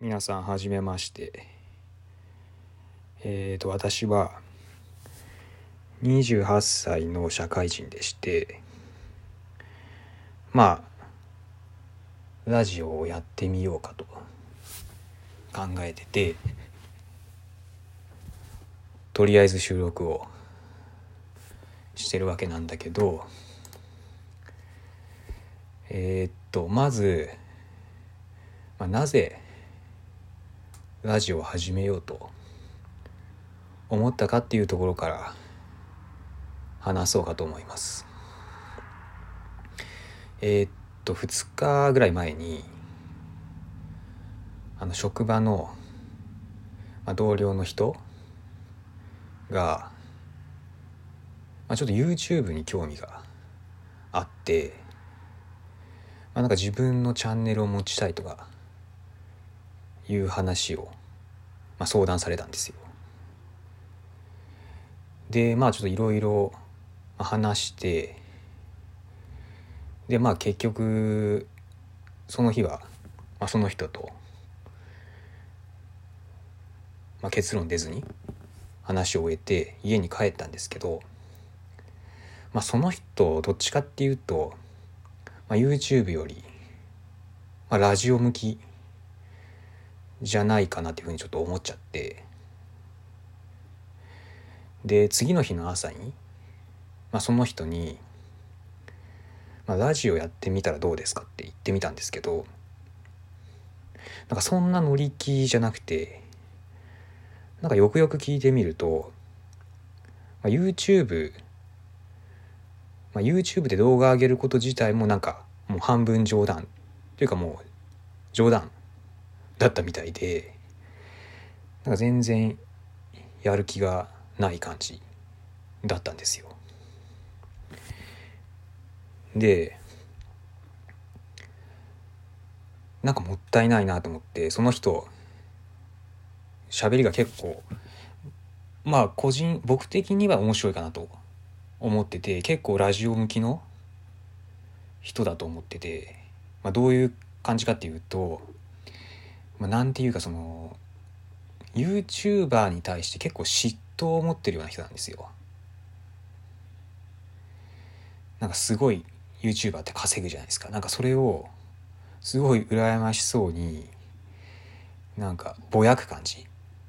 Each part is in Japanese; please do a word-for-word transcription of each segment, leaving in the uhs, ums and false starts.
皆さんはじめまして。えーと私はにじゅうはっさいの社会人でして、まあラジオをやってみようかと考えてて、とりあえず収録をしてるわけなんだけど、えーっとまず、まあ、なぜラジオを始めようと思ったかっていうところから話そうかと思います。えーっとふつかぐらい前にあの職場の、まあ、同僚の人が、まあ、ちょっと YouTube に興味があって、まあ、なんか自分のチャンネルを持ちたいとかいう話を、まあ、相談されたんですよ。でまあちょっといろいろ話して、でまあ結局その日は、まあ、その人と、まあ、結論出ずに話を終えて家に帰ったんですけど、まあ、その人どっちかっていうと、まあ、YouTube より、まあ、ラジオ向きじゃないかなっていうふうにちょっと思っちゃって、で次の日の朝に、まあ、その人に、まあ、ラジオやってみたらどうですかって言ってみたんですけど、なんかそんな乗り気じゃなくて、なんかよくよく聞いてみると、まあ、YouTube、まあ、YouTube で動画上げること自体もなんかもう半分冗談というかもう冗談だったみたいで、なんか全然やる気がない感じだったんですよ。でなんかもったいないなと思って、その人喋りが結構まあ個人僕的には面白いかなと思ってて、結構ラジオ向きの人だと思ってて、まあ、どういう感じかっていうと、まあ、なんていうかその YouTuber に対して結構嫉妬を持ってるような人なんですよ。なんかすごい YouTuber って稼ぐじゃないですか。なんかそれをすごい羨ましそうになんかぼやく感じ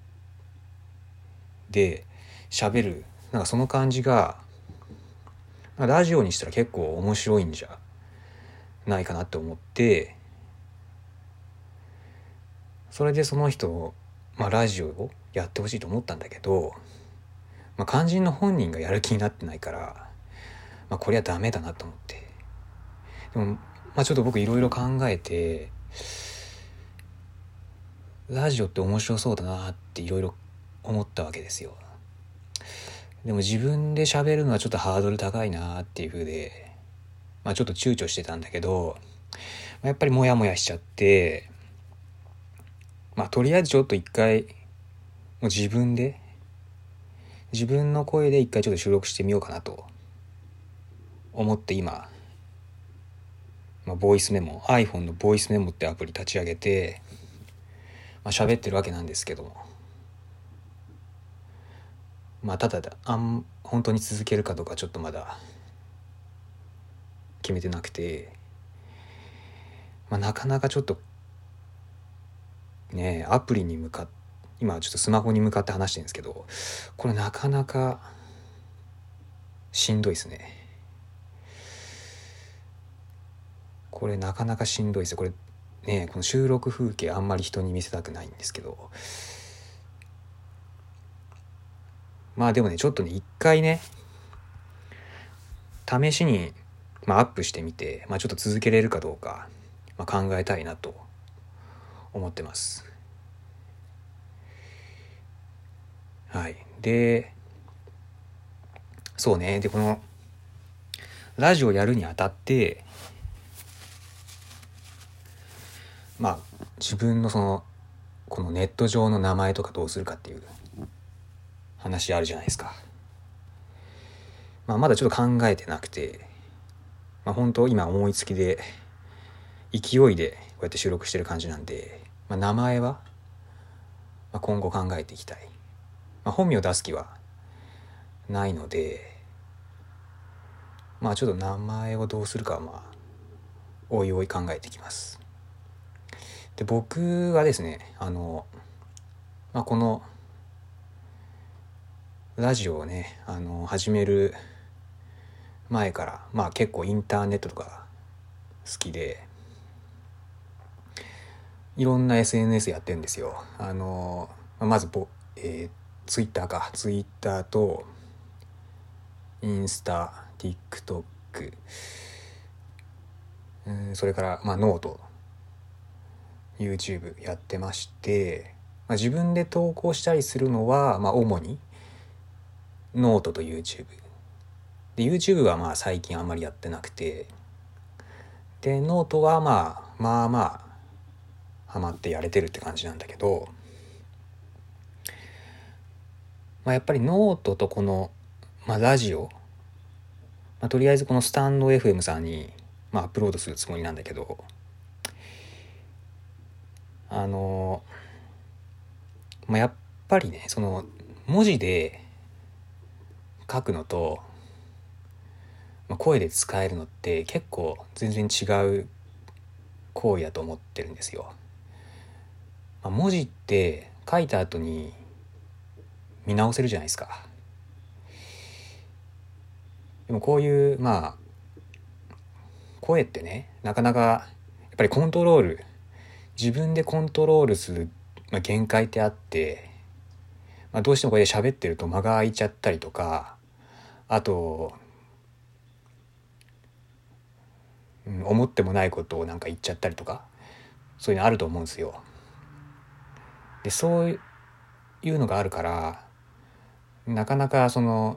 で喋る、なんかその感じがラジオにしたら結構面白いんじゃないかなって思って、それでその人、まあ、ラジオをやってほしいと思ったんだけど、まあ、肝心の本人がやる気になってないから、まあ、これはダメだなと思って、でも、まあ、ちょっと僕いろいろ考えて、ラジオって面白そうだなっていろいろ思ったわけですよ。でも自分で喋るのはちょっとハードル高いなっていう風で、まあ、ちょっと躊躇してたんだけど、やっぱりモヤモヤしちゃって、まあとりあえずちょっと一回もう自分で自分の声で一回ちょっと収録してみようかなと思って今、まあ、ボイスメモ iPhone のボイスメモってアプリ立ち上げて、まあ、喋ってるわけなんですけども、まあただあん本当に続けるかどうかちょっとまだ決めてなくて、まあ、なかなかちょっとねアプリに向かって今ちょっとスマホに向かって話してるんですけど、これなかなかしんどいですね。これなかなかしんどいですよ。これね、この収録風景あんまり人に見せたくないんですけど、まあでもねちょっとね一回ね試しに、まあ、アップしてみて、まあ、ちょっと続けれるかどうか、まあ、考えたいなと思ってます。はい。でそうねでこのラジオやるにあたって、まあ自分のそのこのネット上の名前とかどうするかっていう話あるじゃないですか。まあ、まだちょっと考えてなくて、まあ、本当今思いつきで勢いでこうやって収録してる感じなんで、 まあ、名前は、まあ、今後考えていきたい、まあ、本名を出す気はないので、まあちょっと名前をどうするかはまあおいおい考えていきます。で、僕はですね、あの、まあ、このラジオをね、あの始める前から、まあ結構インターネットとか好きで、いろんな エスエヌエス やってるんですよ。あのまずぼ、えー、ツイッターか、ツイッターとインスタ、TikTok、うん、それからまあノート、YouTube やってまして、まあ、自分で投稿したりするのは、まあ主にノートと YouTube で、 YouTube はまあ最近あんまりやってなくて、でノートはまあまあまあハマってやれてるって感じなんだけど、まあ、やっぱりノートとこの、まあ、ラジオ、まあ、とりあえずこのスタンド エフエム さんに、まあ、アップロードするつもりなんだけど、あのまあ、やっぱりね、その文字で書くのと、まあ、声で使えるのって結構全然違う行為だと思ってるんですよ。まあ、文字って書いた後に見直せるじゃないですか。でもこういうまあ声ってね、なかなかやっぱりコントロール、自分でコントロールする、まあ、限界ってあって、まあ、どうしてもこれで喋ってると間が空いちゃったりとか、あと、うん、思ってもないことをなんか言っちゃったりとか、そういうのあると思うんですよ。で、そういうのがあるから、なかなかその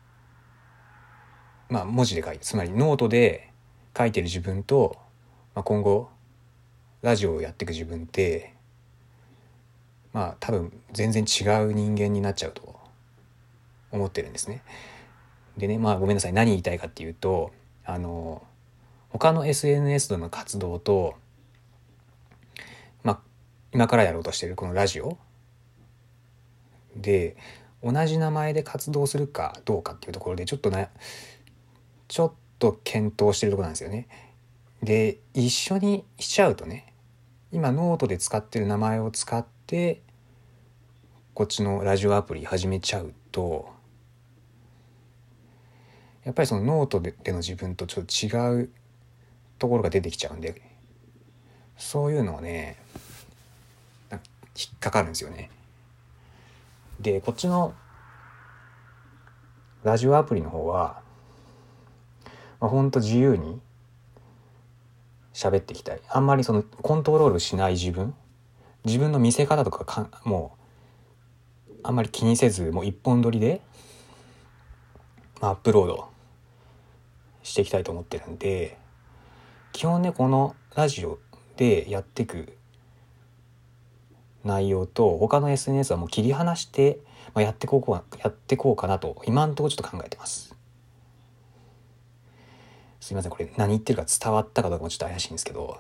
まあ文字で書いて、つまりノートで書いてる自分と、まあ、今後ラジオをやっていく自分ってまあ多分全然違う人間になっちゃうと思ってるんですね。でね、まあごめんなさい、何言いたいかっていうと、あの他の エスエヌエス での活動と、まあ今からやろうとしてるこのラジオで同じ名前で活動するかどうかっていうところでちょっとなちょっと検討してるところなんですよね。で、一緒にしちゃうとね、今ノートで使ってる名前を使ってこっちのラジオアプリ始めちゃうと、やっぱりそのノートでの自分とちょっと違うところが出てきちゃうんで、そういうのをね引っかかるんですよね。で、こっちのラジオアプリの方は、まあ、ほんと自由に喋っていきたい。あんまりそのコントロールしない自分、自分の見せ方とかかもうあんまり気にせず、もう一本撮りで、まあ、アップロードしていきたいと思ってるんで、基本ねこのラジオでやっていく内容と他の エスエヌエス はもう切り離して、まあ、やってこうやってこうかなと今のところちょっと考えてます。すいません、これ何言ってるか伝わったかどうかもちょっと怪しいんですけど、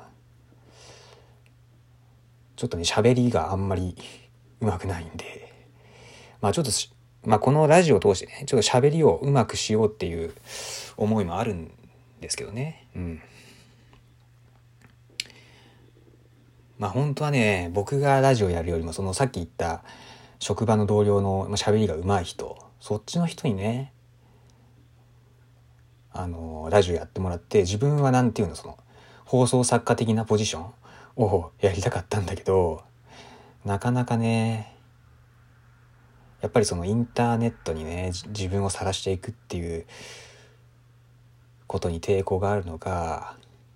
ちょっとね喋りがあんまりうまくないんで、まあちょっとまあこのラジオを通してねちょっと喋りをうまくしようっていう思いもあるんですけどね。うん。まあ本当はね、僕がラジオやるよりもそのさっき言った職場の同僚の喋りが上手い人、そっちの人にねあのラジオやってもらって、自分はなんていうの、その放送作家的なポジションをやりたかったんだけど、なかなかねやっぱりそのインターネットにね自分を晒していくっていうことに抵抗があるのが、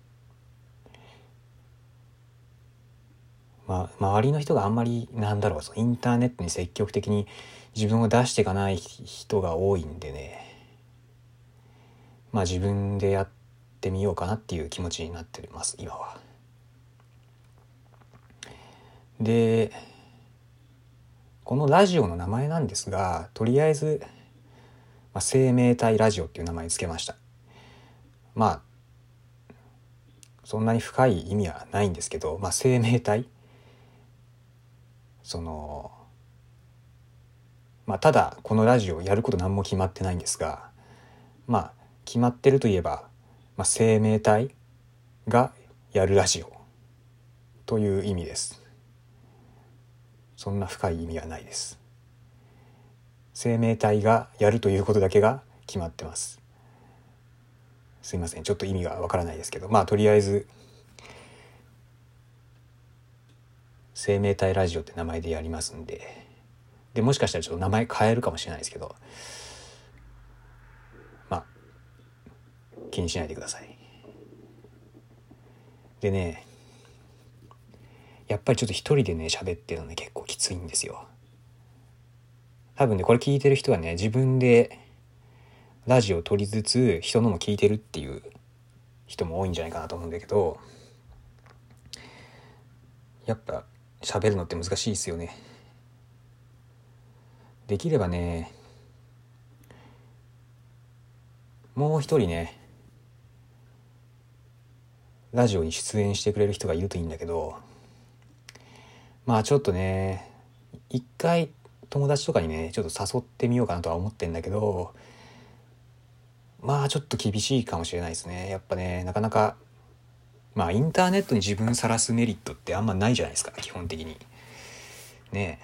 まあ、周りの人があんまりなんだろう、そのインターネットに積極的に自分を出していかない人が多いんでね、まあ自分でやってみようかなっていう気持ちになってます今は。で、このラジオの名前なんですが、とりあえず、まあ、生命体ラジオっていう名前につけました。まあそんなに深い意味はないんですけど、まあ、生命体そのまあただこのラジオやること何も決まってないんですが、まあ決まってるといえば、まあ、生命体がやるラジオという意味です。そんな深い意味はないです。生命体がやるということだけが決まってます。すいません、ちょっと意味がわからないですけど、まあとりあえず生命体ラジオって名前でやりますんで、でもしかしたらちょっと名前変えるかもしれないですけど、まあ気にしないでください。でね、やっぱりちょっと一人でね喋ってるのね結構きついんですよ。多分ねこれ聞いてる人はね、自分でラジオを撮りつつ人のも聞いてるっていう人も多いんじゃないかなと思うんだけど、やっぱ喋るのって難しいですよね。できればね、もう一人ねラジオに出演してくれる人がいるといいんだけど、まあちょっとね一回友達とかにねちょっと誘ってみようかなとは思ってんだけど、まあちょっと厳しいかもしれないですね。やっぱねなかなかまあインターネットに自分さらすメリットってあんまないじゃないですか、基本的にね。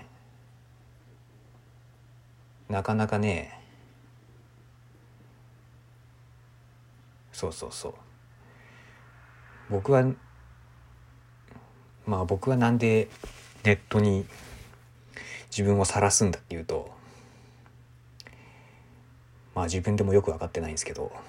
なかなかね、そうそうそう、僕はまあ僕はなんでネットに自分を晒すんだっていうと、まあ自分でもよく分かってないんですけど、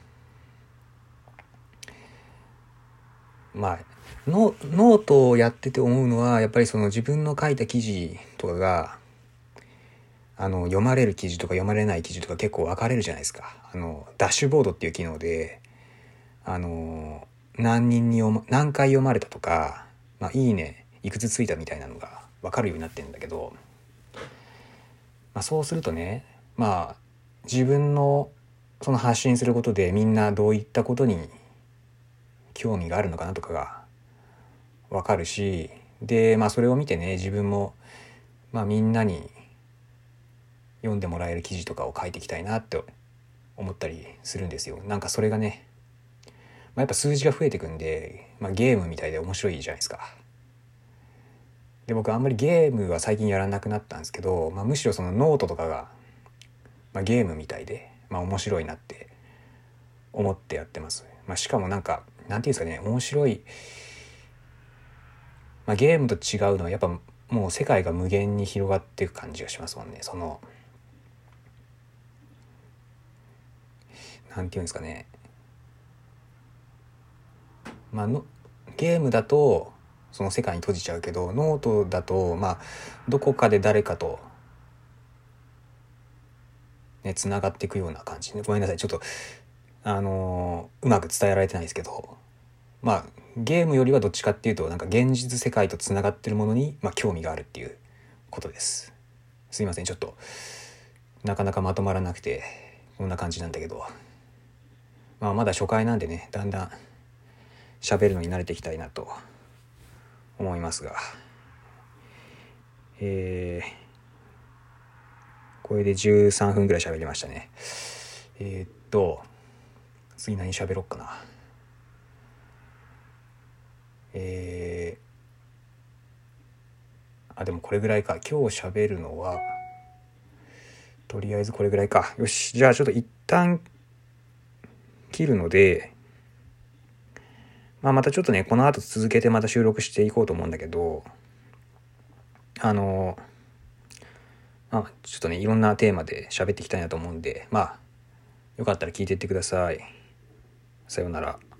まあノノートをやってて思うのは、やっぱりその自分の書いた記事とかがあの読まれる記事とか読まれない記事とか結構分かれるじゃないですか。あのダッシュボードっていう機能であの何人に読、ま、何回読まれたとか、まあ、いいねいくつついたみたいなのが分かるようになってるんだけど、まあ、そうするとね、まあ自分のその発信することでみんなどういったことに興味があるのかなとかが分かるし、でまあそれを見てね自分もまあみんなに読んでもらえる記事とかを書いていきたいなって思ったりするんですよ。なんかそれがね、まあ、やっぱ数字が増えていくんで、まあ、ゲームみたいで面白いじゃないですか。で僕あんまりゲームは最近やらなくなったんですけど、まあ、むしろそのノートとかが、まあ、ゲームみたいで、まあ、面白いなって思ってやってます。まあ、しかもなんかなんていうんですかね、面白い、まあ、ゲームと違うのはやっぱもう世界が無限に広がっていく感じがしますもんね。そのなんていうんですかね、まあのゲームだとその世界に閉じちゃうけど、ノートだとまあどこかで誰かとねつながっていくような感じね。ごめんなさい、ちょっとあのーうまく伝えられてないですけど、まあゲームよりはどっちかっていうとなんか現実世界とつながってるものに、まあ、興味があるっていうことです。すいません、ちょっとなかなかまとまらなくてこんな感じなんだけど、まあまだ初回なんでね、だんだん喋るのに慣れていきたいなと思いますが、えー、これでじゅうさんぷんぐらい喋りましたね。えー、っと次何喋ろうかな。えー、あでもこれぐらいか。今日喋るのはとりあえずこれぐらいか。よし、じゃあちょっと一旦切るので、まあ、またちょっとねこの後続けてまた収録していこうと思うんだけど、あのあちょっとねいろんなテーマで喋っていきたいなと思うんで、まあよかったら聞いていってください。さようなら。